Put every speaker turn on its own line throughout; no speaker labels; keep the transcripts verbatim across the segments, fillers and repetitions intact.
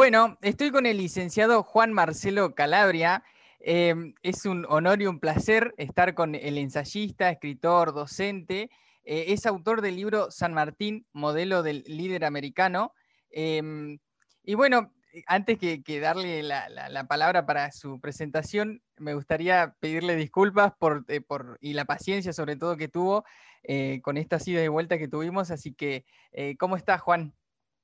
Bueno, estoy con el licenciado Juan Marcelo Calabria. Eh, es un honor y un placer estar con el ensayista, escritor, docente. Eh, es autor del libro San Martín, modelo del líder americano. Eh, y bueno, antes que, que darle la, la, la palabra para su presentación, me gustaría pedirle disculpas por, eh, por, y la paciencia sobre todo que tuvo eh, con estas idas y vueltas que tuvimos. Así que, eh, ¿cómo estás, Juan?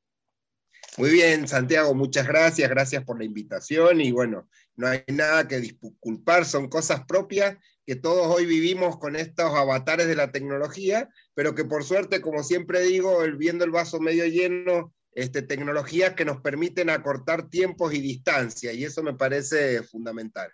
Muy bien, Santiago, muchas gracias, gracias por la invitación y bueno, no hay nada que disculpar, son cosas propias que todos hoy vivimos con estos avatares de la tecnología, pero que por suerte, como siempre digo, el, viendo el vaso medio lleno, este, tecnologías que nos permiten acortar tiempos y distancia, y eso me parece fundamental.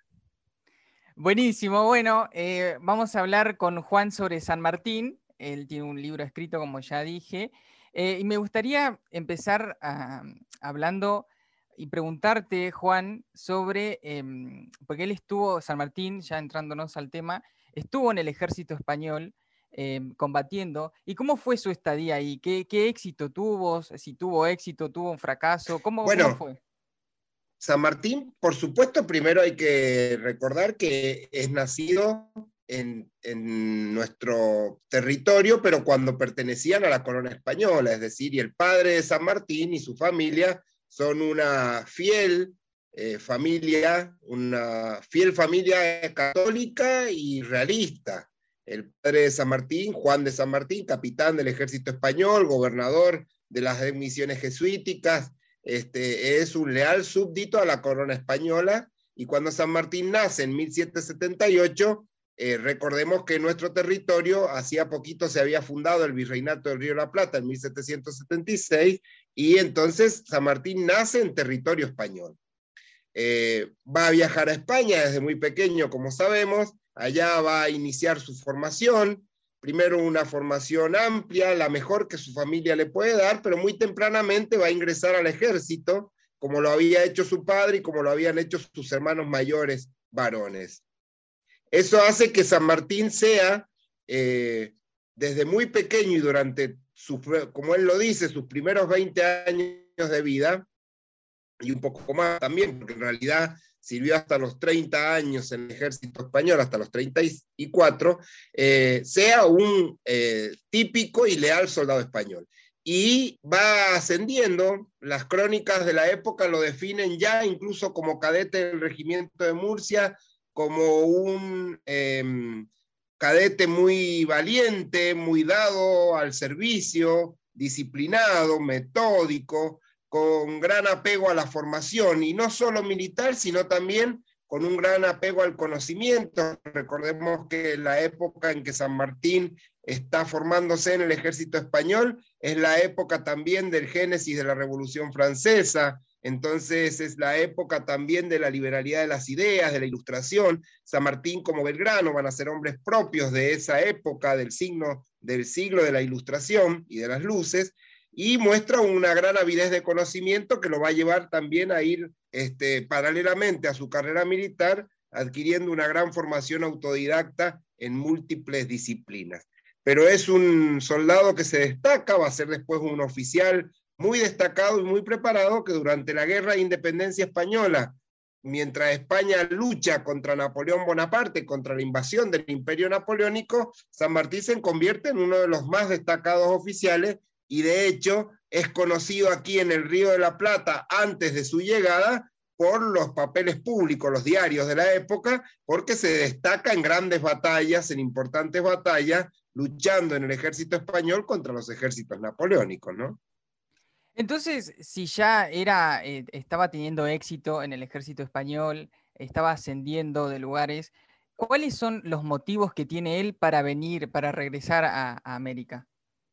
Buenísimo, bueno, eh, vamos a hablar con Juan sobre San Martín. Él tiene un libro escrito, como ya dije, eh, y me gustaría empezar a, hablando y preguntarte, Juan, sobre, eh, porque él estuvo, San Martín, ya entrándonos al tema, estuvo en el ejército español eh, combatiendo, y ¿cómo fue su estadía ahí? ¿Qué, qué éxito tuvo? Si tuvo éxito, tuvo un fracaso, ¿cómo, cómo
Bueno,
fue?
San Martín, por supuesto, primero hay que recordar que es nacido en, en, nuestro territorio, pero cuando pertenecían a la corona española, es decir, y el padre de San Martín y su familia son una fiel eh, familia, una fiel familia católica y realista. El padre de San Martín, Juan de San Martín, capitán del ejército español, gobernador de las misiones jesuíticas, Este, es un leal súbdito a la corona española, y cuando San Martín nace en mil setecientos setenta y ocho, eh, recordemos que en nuestro territorio hacía poquito se había fundado el Virreinato del Río de la Plata en mil setecientos setenta y seis, y entonces San Martín nace en territorio español. Eh, va a viajar a España desde muy pequeño, como sabemos, allá va a iniciar su formación, primero una formación amplia, la mejor que su familia le puede dar, pero muy tempranamente va a ingresar al ejército, como lo había hecho su padre y como lo habían hecho sus hermanos mayores varones. Eso hace que San Martín sea, eh, desde muy pequeño y durante, su, como él lo dice, sus primeros veinte años de vida, y un poco más también, porque en realidad sirvió hasta los treinta años en el ejército español, hasta los treinta y cuatro, eh, sea un eh, típico y leal soldado español. Y va ascendiendo, las crónicas de la época lo definen ya incluso como cadete del regimiento de Murcia, como un eh, cadete muy valiente, muy dado al servicio, disciplinado, metódico, con gran apego a la formación, y no solo militar, sino también con un gran apego al conocimiento. Recordemos que la época en que San Martín está formándose en el ejército español es la época también del génesis de la Revolución Francesa, entonces es la época también de la liberalidad de las ideas, de la Ilustración. San Martín como Belgrano van a ser hombres propios de esa época, del, signo, del siglo de la Ilustración y de las luces, y muestra una gran avidez de conocimiento que lo va a llevar también a ir este, paralelamente a su carrera militar, adquiriendo una gran formación autodidacta en múltiples disciplinas. Pero es un soldado que se destaca, va a ser después un oficial muy destacado y muy preparado, que durante la Guerra de Independencia Española, mientras España lucha contra Napoleón Bonaparte, contra la invasión del Imperio Napoleónico, San Martín se convierte en uno de los más destacados oficiales, y de hecho es conocido aquí en el Río de la Plata antes de su llegada por los papeles públicos, los diarios de la época, porque se destaca en grandes batallas, en importantes batallas, luchando en el ejército español contra los ejércitos napoleónicos, ¿no?
Entonces, si ya era, eh, estaba teniendo éxito en el ejército español, estaba ascendiendo de lugares, ¿cuáles son los motivos que tiene él para venir, para regresar a, a América?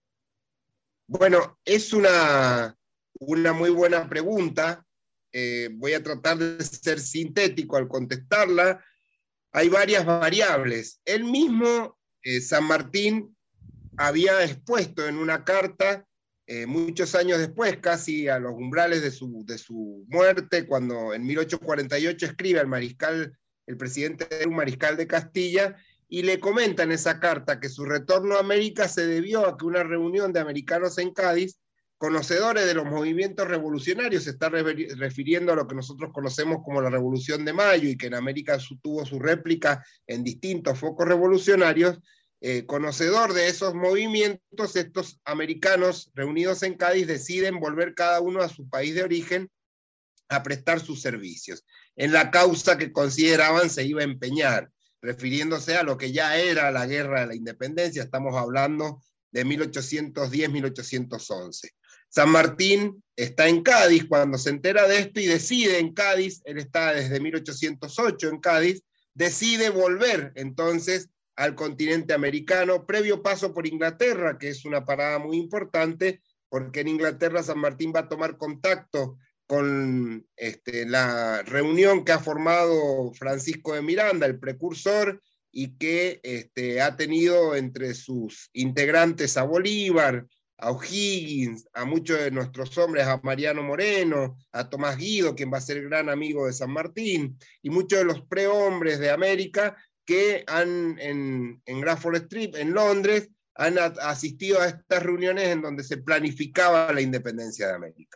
Bueno, es una, una muy buena pregunta. Eh, voy a tratar de ser sintético al contestarla. Hay varias variables. Él mismo, eh, San Martín, había expuesto en una carta, eh, muchos años después, casi a los umbrales de su, de su muerte, cuando en mil ochocientos cuarenta y ocho escribe al mariscal, el presidente de un mariscal de Castilla, y le comenta en esa carta que su retorno a América se debió a que una reunión de americanos en Cádiz conocedores de los movimientos revolucionarios, se está refiriendo a lo que nosotros conocemos como la Revolución de Mayo, y que en América tuvo su réplica en distintos focos revolucionarios. Eh, conocedor de esos movimientos, estos americanos reunidos en Cádiz deciden volver cada uno a su país de origen a prestar sus servicios, en la causa que consideraban se iba a empeñar, refiriéndose a lo que ya era la Guerra de la Independencia. Estamos hablando de mil ochocientos diez a mil ochocientos once. San Martín está en Cádiz cuando se entera de esto y decide en Cádiz, él está desde mil ochocientos ocho en Cádiz, decide volver entonces al continente americano, previo paso por Inglaterra, que es una parada muy importante, porque en Inglaterra San Martín va a tomar contacto con este, la reunión que ha formado Francisco de Miranda, el precursor, y que este, ha tenido entre sus integrantes a Bolívar, a O'Higgins, a muchos de nuestros hombres, a Mariano Moreno, a Tomás Guido, quien va a ser gran amigo de San Martín, y muchos de los prehombres de América que han, en, en Grafton Street, en Londres, han a, asistido a estas reuniones en donde se planificaba la independencia de América.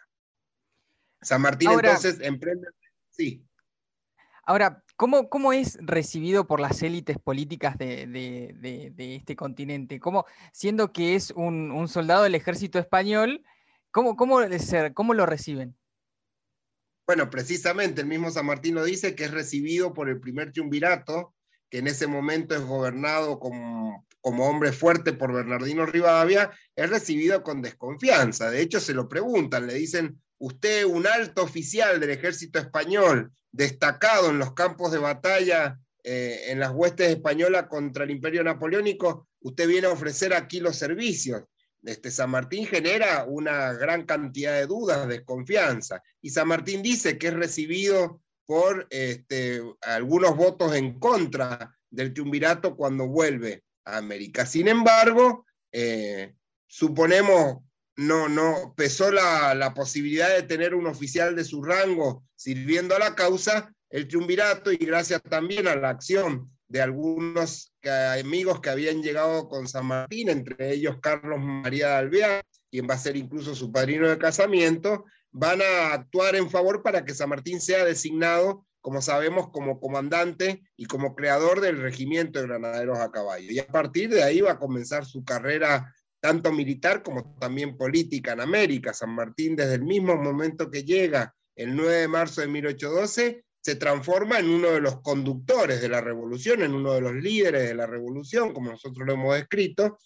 San Martín ahora, entonces emprende... Sí.
Ahora, ¿cómo, cómo es recibido por las élites políticas de, de, de, de este continente? ¿Cómo, siendo que es un, un soldado del ejército español, ¿cómo, cómo, cómo lo reciben?
Bueno, precisamente el mismo San Martín lo dice, que es recibido por el primer triunvirato, que en ese momento es gobernado como, como hombre fuerte por Bernardino Rivadavia, es recibido con desconfianza. De hecho, se lo preguntan, le dicen: usted, un alto oficial del ejército español, destacado en los campos de batalla, eh, en las huestes españolas contra el Imperio Napoleónico, usted viene a ofrecer aquí los servicios. Este, San Martín genera una gran cantidad de dudas, desconfianza, y San Martín dice que es recibido por este, algunos votos en contra del triunvirato cuando vuelve a América. Sin embargo, eh, suponemos... No, no, pesó la, la posibilidad de tener un oficial de su rango sirviendo a la causa, el triunvirato, y gracias también a la acción de algunos amigos que habían llegado con San Martín, entre ellos Carlos María de Alvear, quien va a ser incluso su padrino de casamiento, van a actuar en favor para que San Martín sea designado, como sabemos, como comandante y como creador del regimiento de granaderos a caballo. Y a partir de ahí va a comenzar su carrera tanto militar como también política en América. San Martín, desde el mismo momento que llega, el nueve de marzo de mil ochocientos doce, se transforma en uno de los conductores de la revolución, en uno de los líderes de la revolución, como nosotros lo hemos descrito,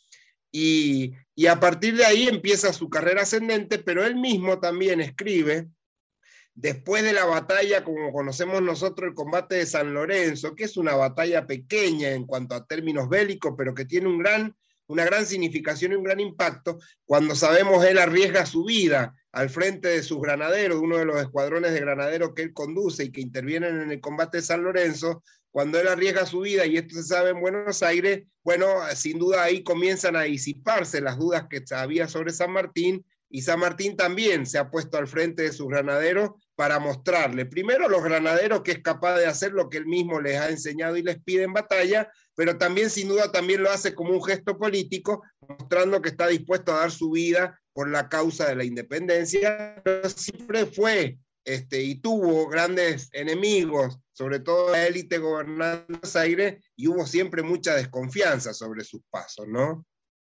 y, y a partir de ahí empieza su carrera ascendente, pero él mismo también escribe, después de la batalla, como conocemos nosotros, el combate de San Lorenzo, que es una batalla pequeña en cuanto a términos bélicos, pero que tiene un gran... una gran significación y un gran impacto, cuando sabemos él arriesga su vida al frente de sus granaderos, uno de los escuadrones de granaderos que él conduce y que intervienen en el combate de San Lorenzo, cuando él arriesga su vida, y esto se sabe en Buenos Aires, bueno, sin duda ahí comienzan a disiparse las dudas que había sobre San Martín, y San Martín también se ha puesto al frente de sus granaderos para mostrarle, primero a los granaderos que es capaz de hacer lo que él mismo les ha enseñado y les pide en batalla, pero también sin duda también lo hace como un gesto político, mostrando que está dispuesto a dar su vida por la causa de la independencia, pero siempre fue este, y tuvo grandes enemigos, sobre todo la élite gobernando Buenos Aires, y hubo siempre mucha desconfianza sobre sus pasos, ¿no?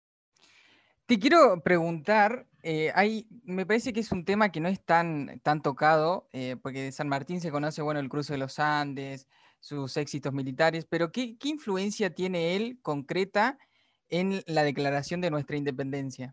Te quiero preguntar, eh, hay, me parece que es un tema que no es tan, tan tocado, eh, porque de San Martín se conoce, bueno, el cruce de los Andes, sus éxitos militares, pero ¿qué, qué influencia tiene él concreta en la declaración de nuestra independencia?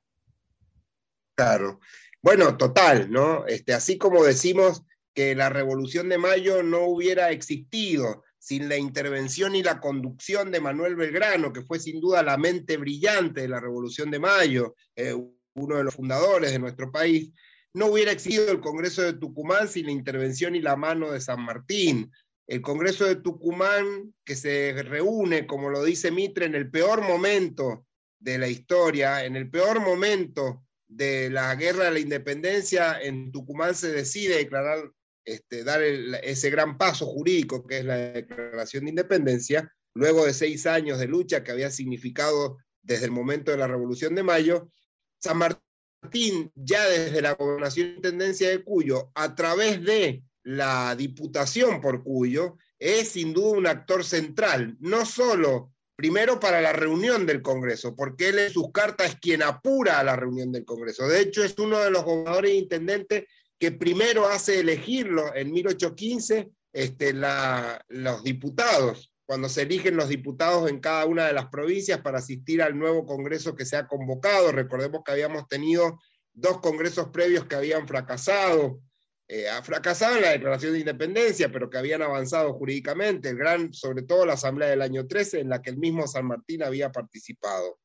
Claro. Bueno, total, ¿no? Este, así como decimos que la Revolución de Mayo no hubiera existido sin la intervención y la conducción de Manuel Belgrano, que fue sin duda la mente brillante de la Revolución de Mayo, eh, uno de los fundadores de nuestro país, no hubiera existido el Congreso de Tucumán sin la intervención y la mano de San Martín. El Congreso de Tucumán, que se reúne, como lo dice Mitre, en el peor momento de la historia, en el peor momento de la guerra de la independencia, en Tucumán se decide declarar, este, dar el, ese gran paso jurídico que es la declaración de independencia, luego de seis años de lucha que había significado desde el momento de la Revolución de Mayo. San Martín Martín, ya desde la gobernación e intendencia de Cuyo, a través de la diputación por Cuyo, es sin duda un actor central, no solo, primero para la reunión del Congreso, porque él en sus cartas es quien apura a la reunión del Congreso. De hecho, es uno de los gobernadores e intendentes que primero hace elegirlo en mil ochocientos quince este, la, los diputados, cuando se eligen los diputados en cada una de las provincias para asistir al nuevo Congreso que se ha convocado. Recordemos que habíamos tenido dos congresos previos que habían fracasado, eh, fracasado en la Declaración de Independencia, pero que habían avanzado jurídicamente, el gran, sobre todo la Asamblea del año trece, en la que el mismo San Martín había participado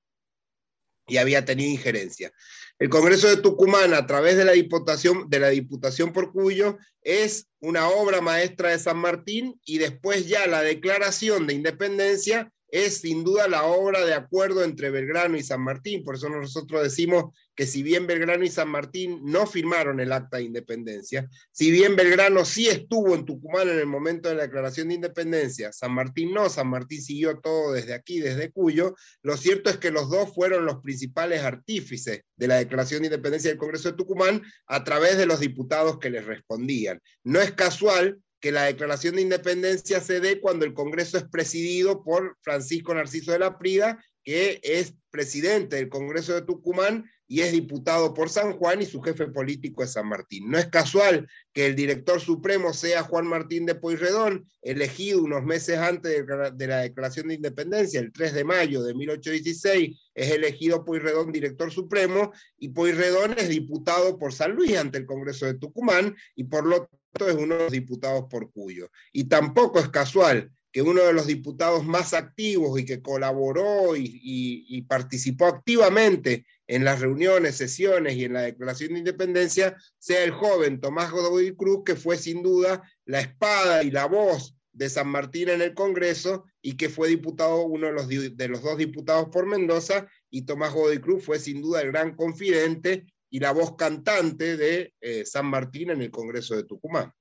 y había tenido injerencia. El Congreso de Tucumán, a través de la Diputación, de la Diputación por Cuyo, es una obra maestra de San Martín, y después ya la Declaración de Independencia es sin duda la obra de acuerdo entre Belgrano y San Martín. Por eso nosotros decimos que si bien Belgrano y San Martín no firmaron el acta de independencia, si bien Belgrano sí estuvo en Tucumán en el momento de la Declaración de Independencia, San Martín no, San Martín siguió todo desde aquí, desde Cuyo, lo cierto es que los dos fueron los principales artífices de la Declaración de Independencia del Congreso de Tucumán a través de los diputados que les respondían. No es casual que la Declaración de Independencia se dé cuando el Congreso es presidido por Francisco Narciso de la Prida, que es presidente del Congreso de Tucumán y es diputado por San Juan, y su jefe político es San Martín. No es casual que el director supremo sea Juan Martín de Pueyrredón, elegido unos meses antes de la Declaración de Independencia, el tres de mayo de mil ochocientos dieciséis, es elegido Pueyrredón director supremo, y Pueyrredón es diputado por San Luis ante el Congreso de Tucumán, y por lo tanto es uno de los diputados por Cuyo. Y tampoco es casual que uno de los diputados más activos y que colaboró y, y, y participó activamente en las reuniones, sesiones y en la Declaración de Independencia sea el joven Tomás Godoy Cruz, que fue sin duda la espada y la voz de San Martín en el Congreso, y que fue diputado, uno de los, de los dos diputados por Mendoza, y Tomás Godoy Cruz fue sin duda el gran confidente y la voz cantante de eh, San Martín en el Congreso de Tucumán.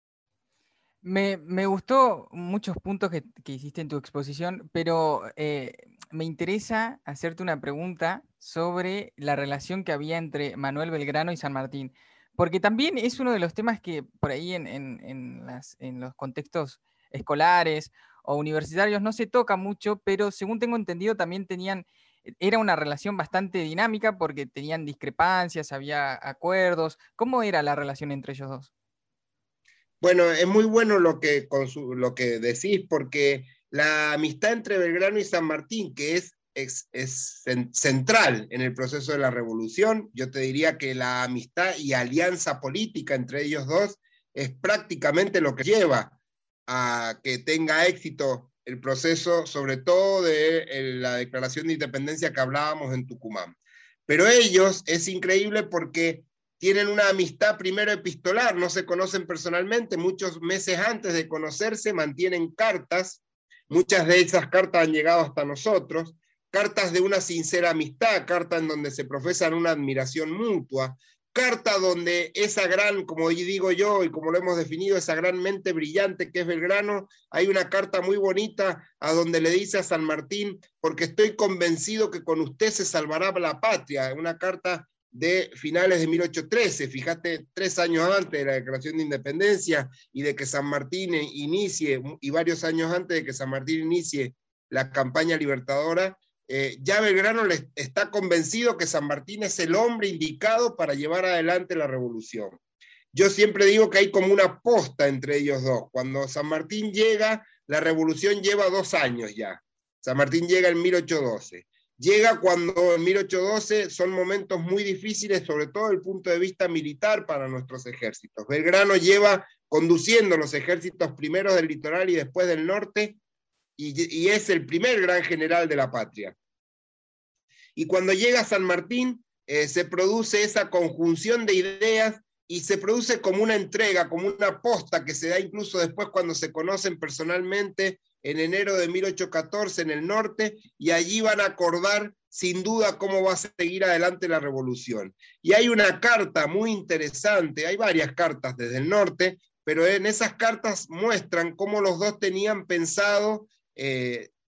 Me, me gustó muchos puntos que, que hiciste en tu exposición, pero eh, me interesa hacerte una pregunta sobre la relación que había entre Manuel Belgrano y San Martín, porque también es uno de los temas que por ahí en, en, en, las, en los contextos escolares o universitarios no se toca mucho, pero según tengo entendido también tenían, era una relación bastante dinámica porque tenían discrepancias, había acuerdos. ¿Cómo era la relación entre ellos dos?
Bueno, es muy bueno lo que, con su, lo que decís, porque la amistad entre Belgrano y San Martín, que es, es, es central en el proceso de la revolución, yo te diría que la amistad y alianza política entre ellos dos es prácticamente lo que lleva a que tenga éxito el proceso, sobre todo de la Declaración de Independencia que hablábamos en Tucumán. Pero ellos, es increíble porque tienen una amistad primero epistolar, no se conocen personalmente, muchos meses antes de conocerse mantienen cartas, muchas de esas cartas han llegado hasta nosotros, cartas de una sincera amistad, cartas en donde se profesan una admiración mutua, carta donde esa gran, como digo yo y como lo hemos definido, esa gran mente brillante que es Belgrano, hay una carta muy bonita a donde le dice a San Martín, porque estoy convencido que con usted se salvará la patria, una carta de finales de mil ochocientos trece, fíjate, tres años antes de la Declaración de Independencia y de que San Martín inicie, y varios años antes de que San Martín inicie la campaña libertadora, eh, ya Belgrano le está convencido que San Martín es el hombre indicado para llevar adelante la revolución. Yo siempre digo que hay como una posta entre ellos dos. Cuando San Martín llega, la revolución lleva dos años ya. San Martín llega en mil ochocientos doce. Llega cuando en mil ochocientos doce son momentos muy difíciles, sobre todo desde el punto de vista militar para nuestros ejércitos. Belgrano lleva conduciendo los ejércitos primero del litoral y después del norte, y, y es el primer gran general de la patria. Y cuando llega San Martín, eh, se produce esa conjunción de ideas y se produce como una entrega, como una posta que se da incluso después cuando se conocen personalmente en enero de mil ochocientos catorce en el norte, y allí van a acordar sin duda cómo va a seguir adelante la revolución. Y hay una carta muy interesante, hay varias cartas desde el norte, pero en esas cartas muestran cómo los dos tenían pensado eh,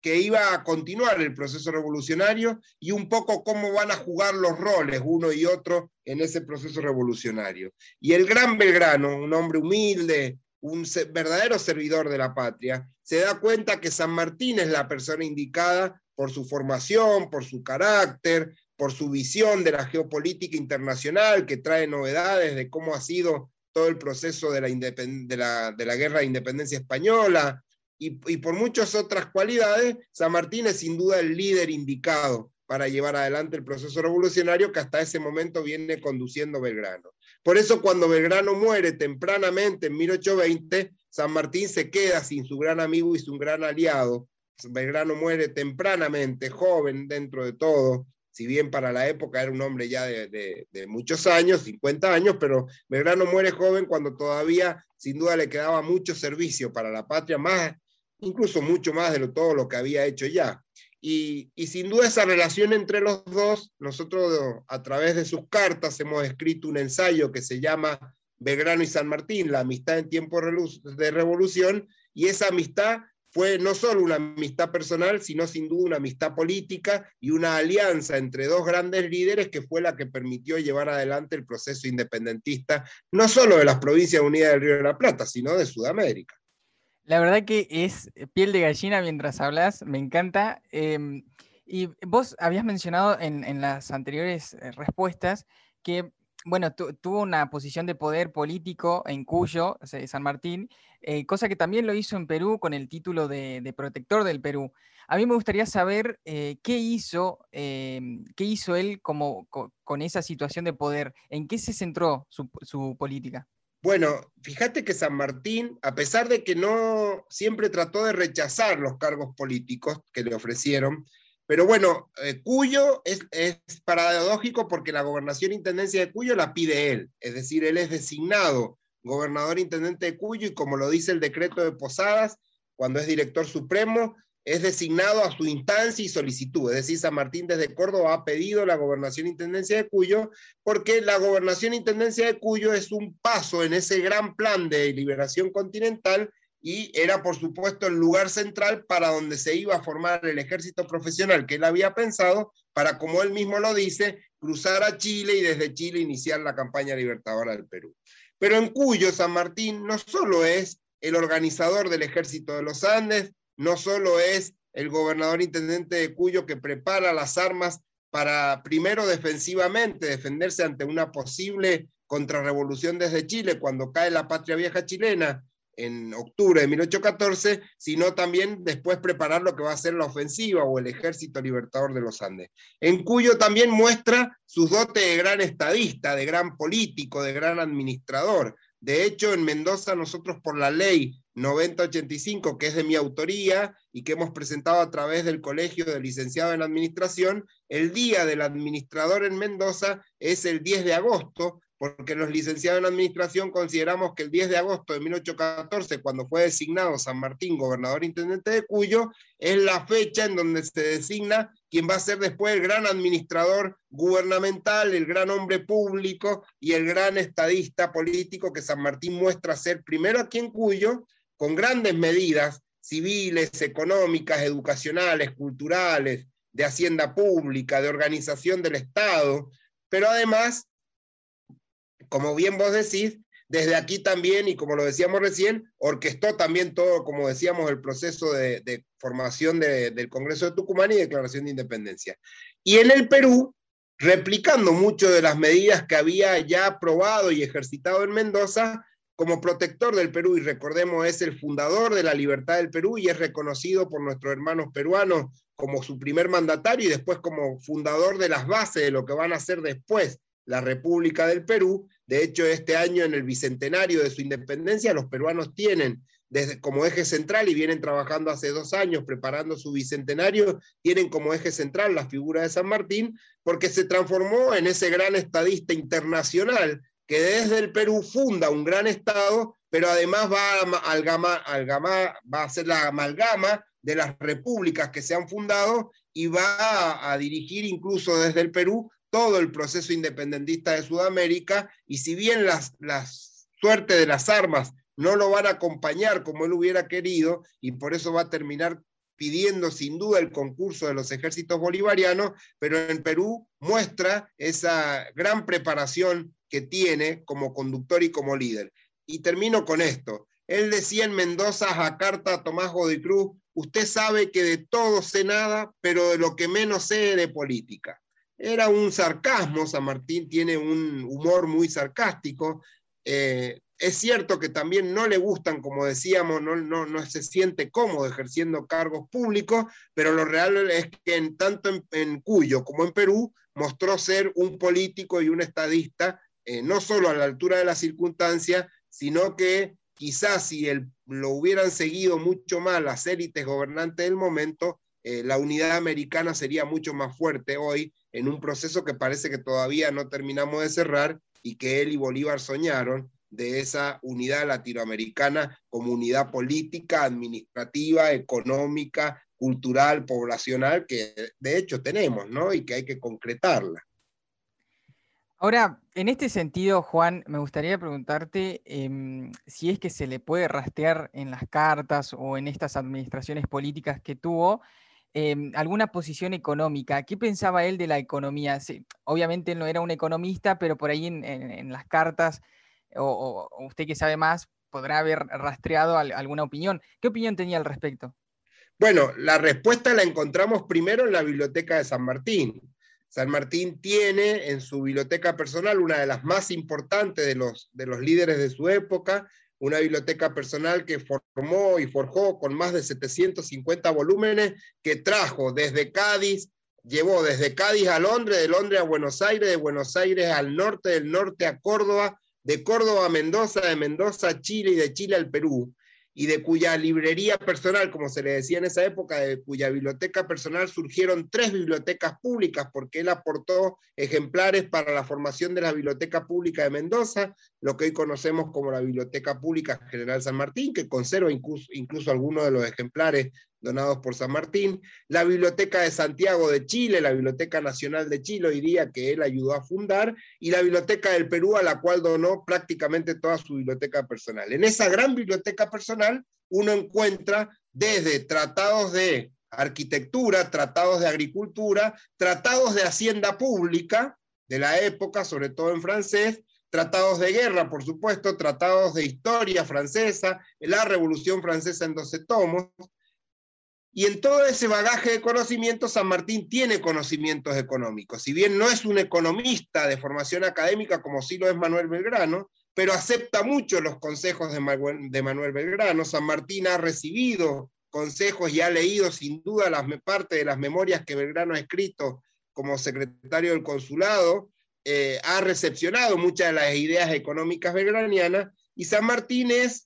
que iba a continuar el proceso revolucionario y un poco cómo van a jugar los roles uno y otro en ese proceso revolucionario. Y el gran Belgrano, un hombre humilde, un verdadero servidor de la patria, se da cuenta que San Martín es la persona indicada por su formación, por su carácter, por su visión de la geopolítica internacional, que trae novedades de cómo ha sido todo el proceso de la, de la, de la guerra de independencia española, y, y por muchas otras cualidades. San Martín es sin duda el líder indicado para llevar adelante el proceso revolucionario que hasta ese momento viene conduciendo Belgrano. Por eso cuando Belgrano muere tempranamente en mil ochocientos veinte, San Martín se queda sin su gran amigo y su gran aliado. Belgrano muere tempranamente, joven dentro de todo, si bien para la época era un hombre ya de, de, de muchos años, cincuenta años, pero Belgrano muere joven cuando todavía sin duda le quedaba mucho servicio para la patria, más, incluso mucho más de lo, todo lo que había hecho ya. Y, y sin duda esa relación entre los dos, nosotros a través de sus cartas hemos escrito un ensayo que se llama Belgrano y San Martín, la amistad en tiempos de revolución, y esa amistad fue no solo una amistad personal, sino sin duda una amistad política y una alianza entre dos grandes líderes que fue la que permitió llevar adelante el proceso independentista, no solo de las Provincias Unidas del Río de la Plata, sino de Sudamérica.
La verdad que es piel de gallina mientras hablas, me encanta. Eh, y vos habías mencionado en, en las anteriores respuestas que, bueno, tu, tuvo una posición de poder político en Cuyo, o sea, San Martín, eh, cosa que también lo hizo en Perú con el título de, de protector del Perú. A mí me gustaría saber eh, qué hizo, eh, qué hizo él como, con, con esa situación de poder, en qué se centró su, su política.
Bueno, fíjate que San Martín, a pesar de que no siempre trató de rechazar los cargos políticos que le ofrecieron, pero bueno, eh, Cuyo es, es paradójico porque la gobernación-intendencia de Cuyo la pide él, es decir, él es designado gobernador-intendente de Cuyo y como lo dice el decreto de Posadas, cuando es director supremo, es designado a su instancia y solicitud. Es decir, San Martín desde Córdoba ha pedido la gobernación-intendencia de Cuyo porque la gobernación-intendencia de Cuyo es un paso en ese gran plan de liberación continental y era, por supuesto, el lugar central para donde se iba a formar el ejército profesional que él había pensado para, como él mismo lo dice, cruzar a Chile y desde Chile iniciar la campaña libertadora del Perú. Pero en Cuyo, San Martín no solo es el organizador del ejército de los Andes, no solo es el gobernador intendente de Cuyo que prepara las armas para, primero defensivamente, defenderse ante una posible contrarrevolución desde Chile cuando cae la patria vieja chilena en octubre de mil ochocientos catorce, sino también después preparar lo que va a ser la ofensiva o el ejército libertador de los Andes. En Cuyo también muestra sus dotes de gran estadista, de gran político, de gran administrador. De hecho, en Mendoza nosotros por la ley noventa ochenta y cinco, que es de mi autoría y que hemos presentado a través del Colegio de Licenciados en Administración, el día del administrador en Mendoza es el diez de agosto, porque los licenciados en Administración consideramos que el diez de agosto de mil ochocientos catorce, cuando fue designado San Martín gobernador intendente de Cuyo, es la fecha en donde se designa quien va a ser después el gran administrador gubernamental, el gran hombre público y el gran estadista político que San Martín muestra ser primero aquí en Cuyo, con grandes medidas civiles, económicas, educacionales, culturales, de hacienda pública, de organización del Estado, pero además, como bien vos decís, desde aquí también, y como lo decíamos recién, orquestó también todo, como decíamos, el proceso de, de formación de, del Congreso de Tucumán y declaración de independencia. Y en el Perú, replicando mucho de las medidas que había ya aprobado y ejercitado en Mendoza, como protector del Perú, y recordemos, es el fundador de la libertad del Perú y es reconocido por nuestros hermanos peruanos como su primer mandatario y después como fundador de las bases de lo que van a ser después la República del Perú. De hecho, este año en el bicentenario de su independencia, los peruanos tienen desde, como eje central, y vienen trabajando hace dos años preparando su bicentenario, tienen como eje central la figura de San Martín, porque se transformó en ese gran estadista internacional que desde el Perú funda un gran Estado, pero además va a, algama, algama, va a hacer la amalgama de las repúblicas que se han fundado y va a, a dirigir incluso desde el Perú todo el proceso independentista de Sudamérica, y si bien las, las suertes de las armas no lo van a acompañar como él hubiera querido, y por eso va a terminar pidiendo sin duda el concurso de los ejércitos bolivarianos, pero en Perú muestra esa gran preparación que tiene como conductor y como líder. Y termino con esto. Él decía en Mendoza a carta a Tomás Godoy Cruz: usted sabe que de todo sé nada, pero de lo que menos sé de política. Era un sarcasmo, San Martín tiene un humor muy sarcástico. Eh, es cierto que también no le gustan, como decíamos, no, no, no se siente cómodo ejerciendo cargos públicos, pero lo real es que en, tanto en, en Cuyo como en Perú mostró ser un político y un estadista, eh, no solo a la altura de las circunstancias, sino que quizás si el, lo hubieran seguido mucho más las élites gobernantes del momento, eh, la unidad americana sería mucho más fuerte hoy, en un proceso que parece que todavía no terminamos de cerrar y que él y Bolívar soñaron, de esa unidad latinoamericana como unidad política, administrativa, económica, cultural, poblacional, que de hecho tenemos, ¿no? Y que hay que concretarla.
Ahora, en este sentido, Juan, me gustaría preguntarte eh, si es que se le puede rastrear en las cartas o en estas administraciones políticas que tuvo eh, alguna posición económica. ¿Qué pensaba él de la economía? Sí, obviamente no era un economista, pero por ahí en, en, en las cartas, o, o usted que sabe más, podrá haber rastreado al, alguna opinión. ¿Qué opinión tenía al respecto?
Bueno, la respuesta la encontramos primero en la Biblioteca de San Martín. San Martín tiene en su biblioteca personal una de las más importantes de los, de los líderes de su época, una biblioteca personal que formó y forjó con más de setecientos cincuenta volúmenes, que trajo desde Cádiz, llevó desde Cádiz a Londres, de Londres a Buenos Aires, de Buenos Aires al norte, del norte a Córdoba, de Córdoba a Mendoza, de Mendoza a Chile y de Chile al Perú, y de cuya librería personal, como se le decía en esa época, de cuya biblioteca personal surgieron tres bibliotecas públicas, porque él aportó ejemplares para la formación de la Biblioteca Pública de Mendoza, lo que hoy conocemos como la Biblioteca Pública General San Martín, que conserva incluso, incluso algunos de los ejemplares donados por San Martín, la Biblioteca de Santiago de Chile, la Biblioteca Nacional de Chile, hoy día que él ayudó a fundar, y la Biblioteca del Perú, a la cual donó prácticamente toda su biblioteca personal. En esa gran biblioteca personal uno encuentra desde tratados de arquitectura, tratados de agricultura, tratados de hacienda pública de la época, sobre todo en francés, tratados de guerra, por supuesto, tratados de historia francesa, la Revolución Francesa en doce tomos. Y en todo ese bagaje de conocimientos, San Martín tiene conocimientos económicos. Si bien no es un economista de formación académica como sí lo es Manuel Belgrano, pero acepta mucho los consejos de Manuel Belgrano. San Martín ha recibido consejos y ha leído sin duda las, parte de las memorias que Belgrano ha escrito como secretario del consulado, eh, ha recepcionado muchas de las ideas económicas belgranianas, y San Martín es,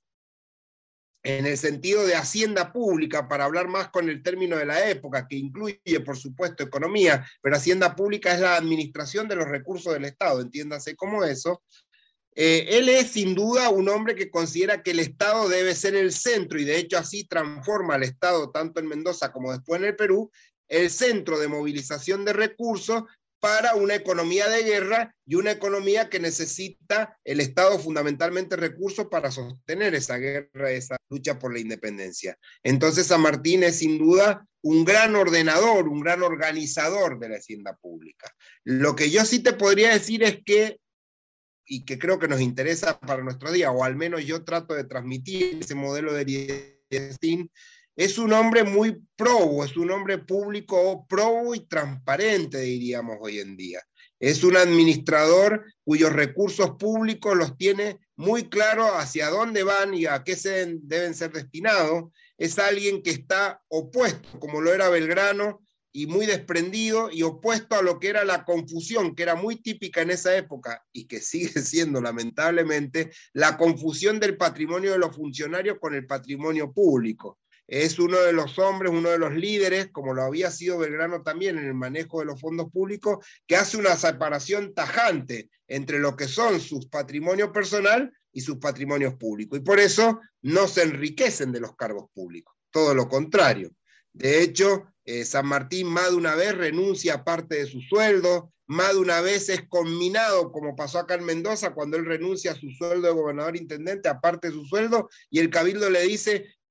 en el sentido de hacienda pública, para hablar más con el término de la época, que incluye, por supuesto, economía, pero hacienda pública es la administración de los recursos del Estado, entiéndase como eso. Eh, él es sin duda un hombre que considera que el Estado debe ser el centro, y de hecho así transforma al Estado, tanto en Mendoza como después en el Perú, el centro de movilización de recursos para una economía de guerra y una economía que necesita el Estado fundamentalmente recursos para sostener esa guerra, esa lucha por la independencia. Entonces San Martín es sin duda un gran ordenador, un gran organizador de la hacienda pública. Lo que yo sí te podría decir es que, y que creo que nos interesa para nuestro día, o al menos yo trato de transmitir ese modelo de Liestin, es un hombre muy probo, es un hombre público probo y transparente, diríamos hoy en día. Es un administrador cuyos recursos públicos los tiene muy claro hacia dónde van y a qué se deben ser destinados. Es alguien que está opuesto, como lo era Belgrano, y muy desprendido y opuesto a lo que era la confusión, que era muy típica en esa época y que sigue siendo lamentablemente, la confusión del patrimonio de los funcionarios con el patrimonio público. Es uno de los hombres, uno de los líderes, como lo había sido Belgrano también en el manejo de los fondos públicos, que hace una separación tajante entre lo que son sus patrimonios personal y sus patrimonios públicos. Y por eso no se enriquecen de los cargos públicos, todo lo contrario. De hecho, eh, San Martín más de una vez renuncia a parte de su sueldo, más de una vez es conminado, como pasó acá en Mendoza, cuando él renuncia a su sueldo de gobernador intendente, aparte de su sueldo, y el cabildo le dice: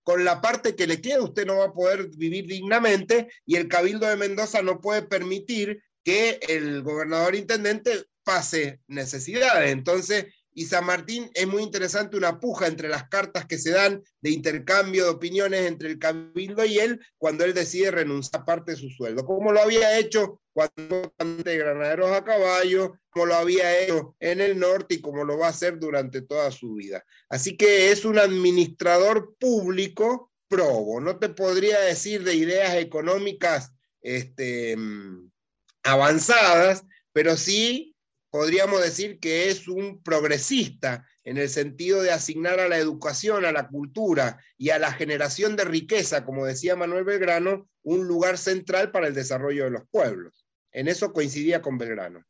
con la parte que le queda usted no va a poder vivir dignamente, y el Cabildo de Mendoza no puede permitir que el gobernador intendente pase necesidades. Entonces, y San Martín es muy interesante una puja entre las cartas que se dan de intercambio de opiniones entre el Cabildo y él, cuando él decide renunciar a parte de su sueldo, como lo había hecho cuando de Granaderos a Caballo, como lo había hecho en el norte y como lo va a hacer durante toda su vida. Así que es un administrador público probo. No te podría decir de ideas económicas este, avanzadas, pero sí podríamos decir que es un progresista en el sentido de asignar a la educación, a la cultura y a la generación de riqueza, como decía Manuel Belgrano, un lugar central para el desarrollo de los pueblos. En eso coincidía con Belgrano.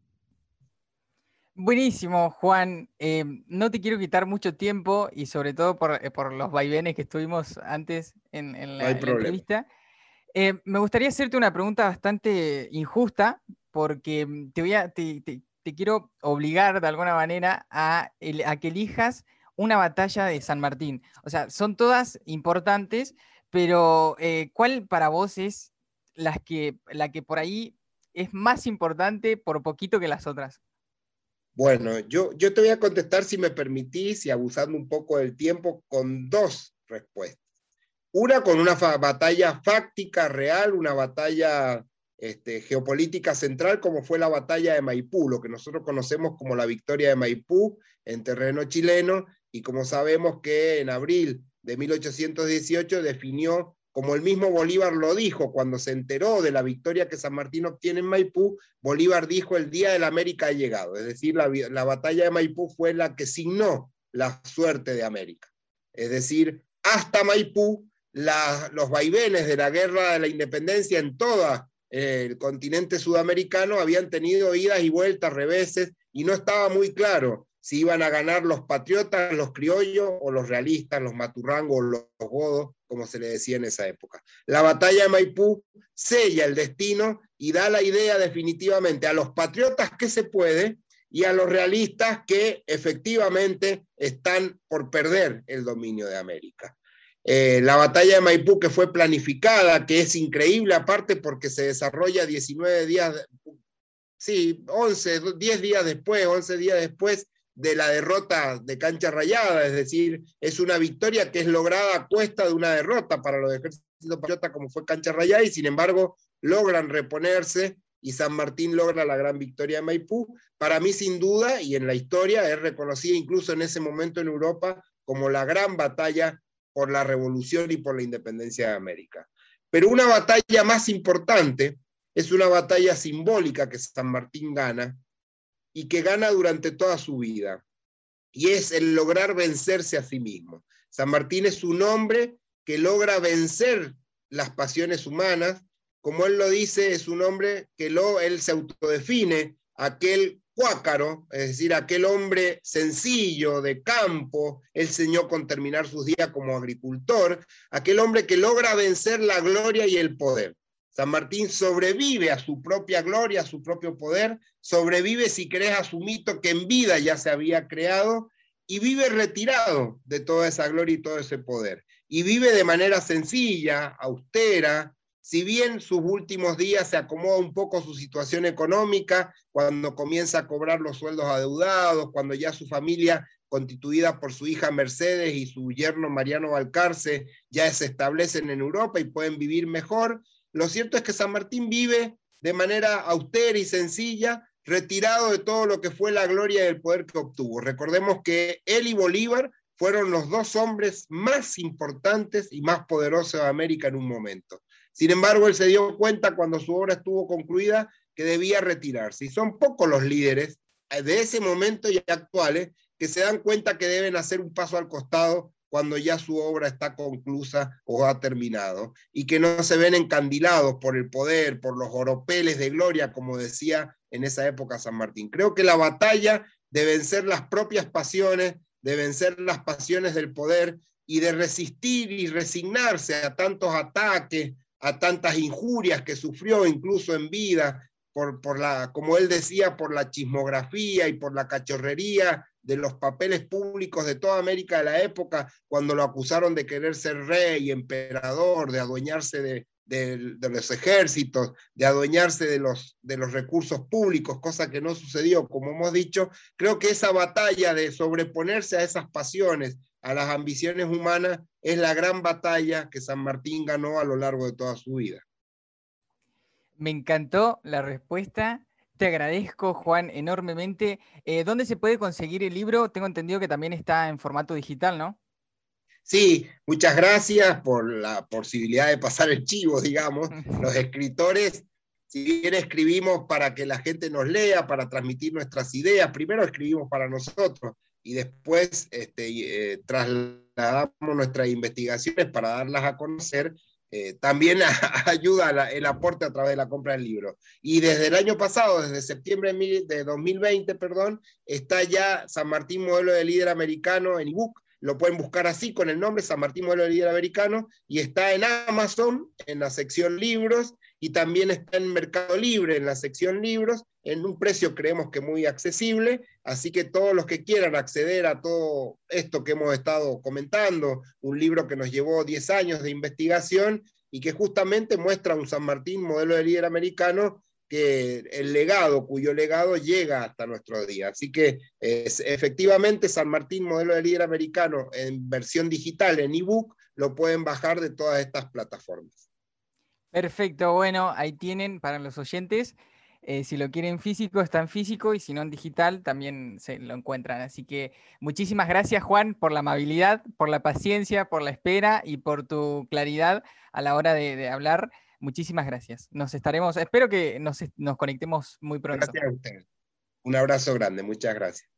Buenísimo, Juan. Eh, no te quiero quitar mucho tiempo y sobre todo por, eh, por los vaivenes que estuvimos antes en, en, la,
No hay
en la entrevista. Eh, me gustaría hacerte una pregunta bastante injusta porque te, voy a, te, te, te quiero obligar de alguna manera a, el, a que elijas una batalla de San Martín. O sea, son todas importantes, pero eh, ¿cuál para vos es las que, la que por ahí es más importante por poquito que las otras?
Bueno, yo, yo te voy a contestar, si me permitís, y abusando un poco del tiempo, con dos respuestas. Una con una batalla fáctica, real, una batalla este, geopolítica central, como fue la batalla de Maipú, lo que nosotros conocemos como la victoria de Maipú en terreno chileno, y como sabemos que en abril de mil ochocientos dieciocho definió, como el mismo Bolívar lo dijo, cuando se enteró de la victoria que San Martín obtiene en Maipú, Bolívar dijo: el día de la América ha llegado. Es decir, la, la batalla de Maipú fue la que signó la suerte de América. Es decir, hasta Maipú, La, los vaivenes de la guerra de la independencia en todo eh, el continente sudamericano habían tenido idas y vueltas, reveses, y no estaba muy claro si iban a ganar los patriotas, los criollos, o los realistas, los maturrangos, o los godos, como se le decía en esa época. La batalla de Maipú sella el destino y da la idea definitivamente a los patriotas que se puede, y a los realistas que efectivamente están por perder el dominio de América. Eh, la batalla de Maipú, que fue planificada, que es increíble aparte porque se desarrolla diecinueve días, sí, once, diez días después, once días después de la derrota de Cancha Rayada, es decir, es una victoria que es lograda a cuesta de una derrota para los ejércitos patriotas como fue Cancha Rayada, y sin embargo logran reponerse y San Martín logra la gran victoria de Maipú. Para mí, sin duda, y en la historia es reconocida incluso en ese momento en Europa como la gran batalla por la revolución y por la independencia de América. Pero una batalla más importante es una batalla simbólica que San Martín gana, y que gana durante toda su vida, y es el lograr vencerse a sí mismo. San Martín es un hombre que logra vencer las pasiones humanas. Como él lo dice, es un hombre que lo, él se autodefine aquel cuácaro, es decir, aquel hombre sencillo de campo. Él soñó con terminar sus días como agricultor, aquel hombre que logra vencer la gloria y el poder. San Martín sobrevive a su propia gloria, a su propio poder, sobrevive, si querés, a su mito que en vida ya se había creado, y vive retirado de toda esa gloria y todo ese poder. Y vive de manera sencilla, austera. Si bien sus últimos días se acomoda un poco su situación económica, cuando comienza a cobrar los sueldos adeudados, cuando ya su familia, constituida por su hija Mercedes y su yerno Mariano Balcarce, ya se establecen en Europa y pueden vivir mejor, lo cierto es que San Martín vive de manera austera y sencilla, retirado de todo lo que fue la gloria y el poder que obtuvo. Recordemos que él y Bolívar fueron los dos hombres más importantes y más poderosos de América en un momento. Sin embargo, él se dio cuenta cuando su obra estuvo concluida que debía retirarse. Y son pocos los líderes de ese momento y actuales que se dan cuenta que deben hacer un paso al costado cuando ya su obra está conclusa o ha terminado, y que no se ven encandilados por el poder, por los oropeles de gloria, como decía en esa época San Martín. Creo que la batalla de vencer las propias pasiones, de vencer las pasiones del poder y de resistir y resignarse a tantos ataques, a tantas injurias que sufrió incluso en vida, por, por la, como él decía, por la chismografía y por la cachorrería de los papeles públicos de toda América de la época, cuando lo acusaron de querer ser rey, emperador, de adueñarse de, de, de los ejércitos, de adueñarse de los, de los recursos públicos, cosa que no sucedió, como hemos dicho. Creo que esa batalla de sobreponerse a esas pasiones, a las ambiciones humanas, es la gran batalla que San Martín ganó a lo largo de toda su vida.
Me encantó la respuesta. Te agradezco, Juan, enormemente. Eh, ¿Dónde se puede conseguir el libro? Tengo entendido que también está en formato digital, ¿no?
Sí, muchas gracias por la posibilidad de pasar el chivo, digamos. Los escritores, si bien escribimos para que la gente nos lea, para transmitir nuestras ideas, primero escribimos para nosotros y después este, eh, trasladamos nuestras investigaciones para darlas a conocer. Eh, también a, ayuda a la, el aporte a través de la compra del libro. Y desde el año pasado, desde septiembre de dos mil veinte, perdón, está ya San Martín Modelo de Líder Americano en ebook. Lo pueden buscar así con el nombre San Martín Modelo de Líder Americano, y está en Amazon en la sección libros, y también está en Mercado Libre en la sección libros, en un precio creemos que muy accesible. Así que todos los que quieran acceder a todo esto que hemos estado comentando, un libro que nos llevó diez años de investigación y que justamente muestra un San Martín Modelo de Líder Americano, que el legado, cuyo legado llega hasta nuestros días. Así que es, efectivamente San Martín Modelo de Líder Americano en versión digital, en ebook, lo pueden bajar de todas estas plataformas.
Perfecto, bueno, ahí tienen para los oyentes. Eh, si lo quieren físico, está en físico, y si no en digital, también se lo encuentran. Así que muchísimas gracias, Juan, por la amabilidad, por la paciencia, por la espera y por tu claridad a la hora de, de hablar. Muchísimas gracias. Nos estaremos, espero que nos, nos conectemos muy pronto.
Gracias a ustedes. Un abrazo grande, muchas gracias.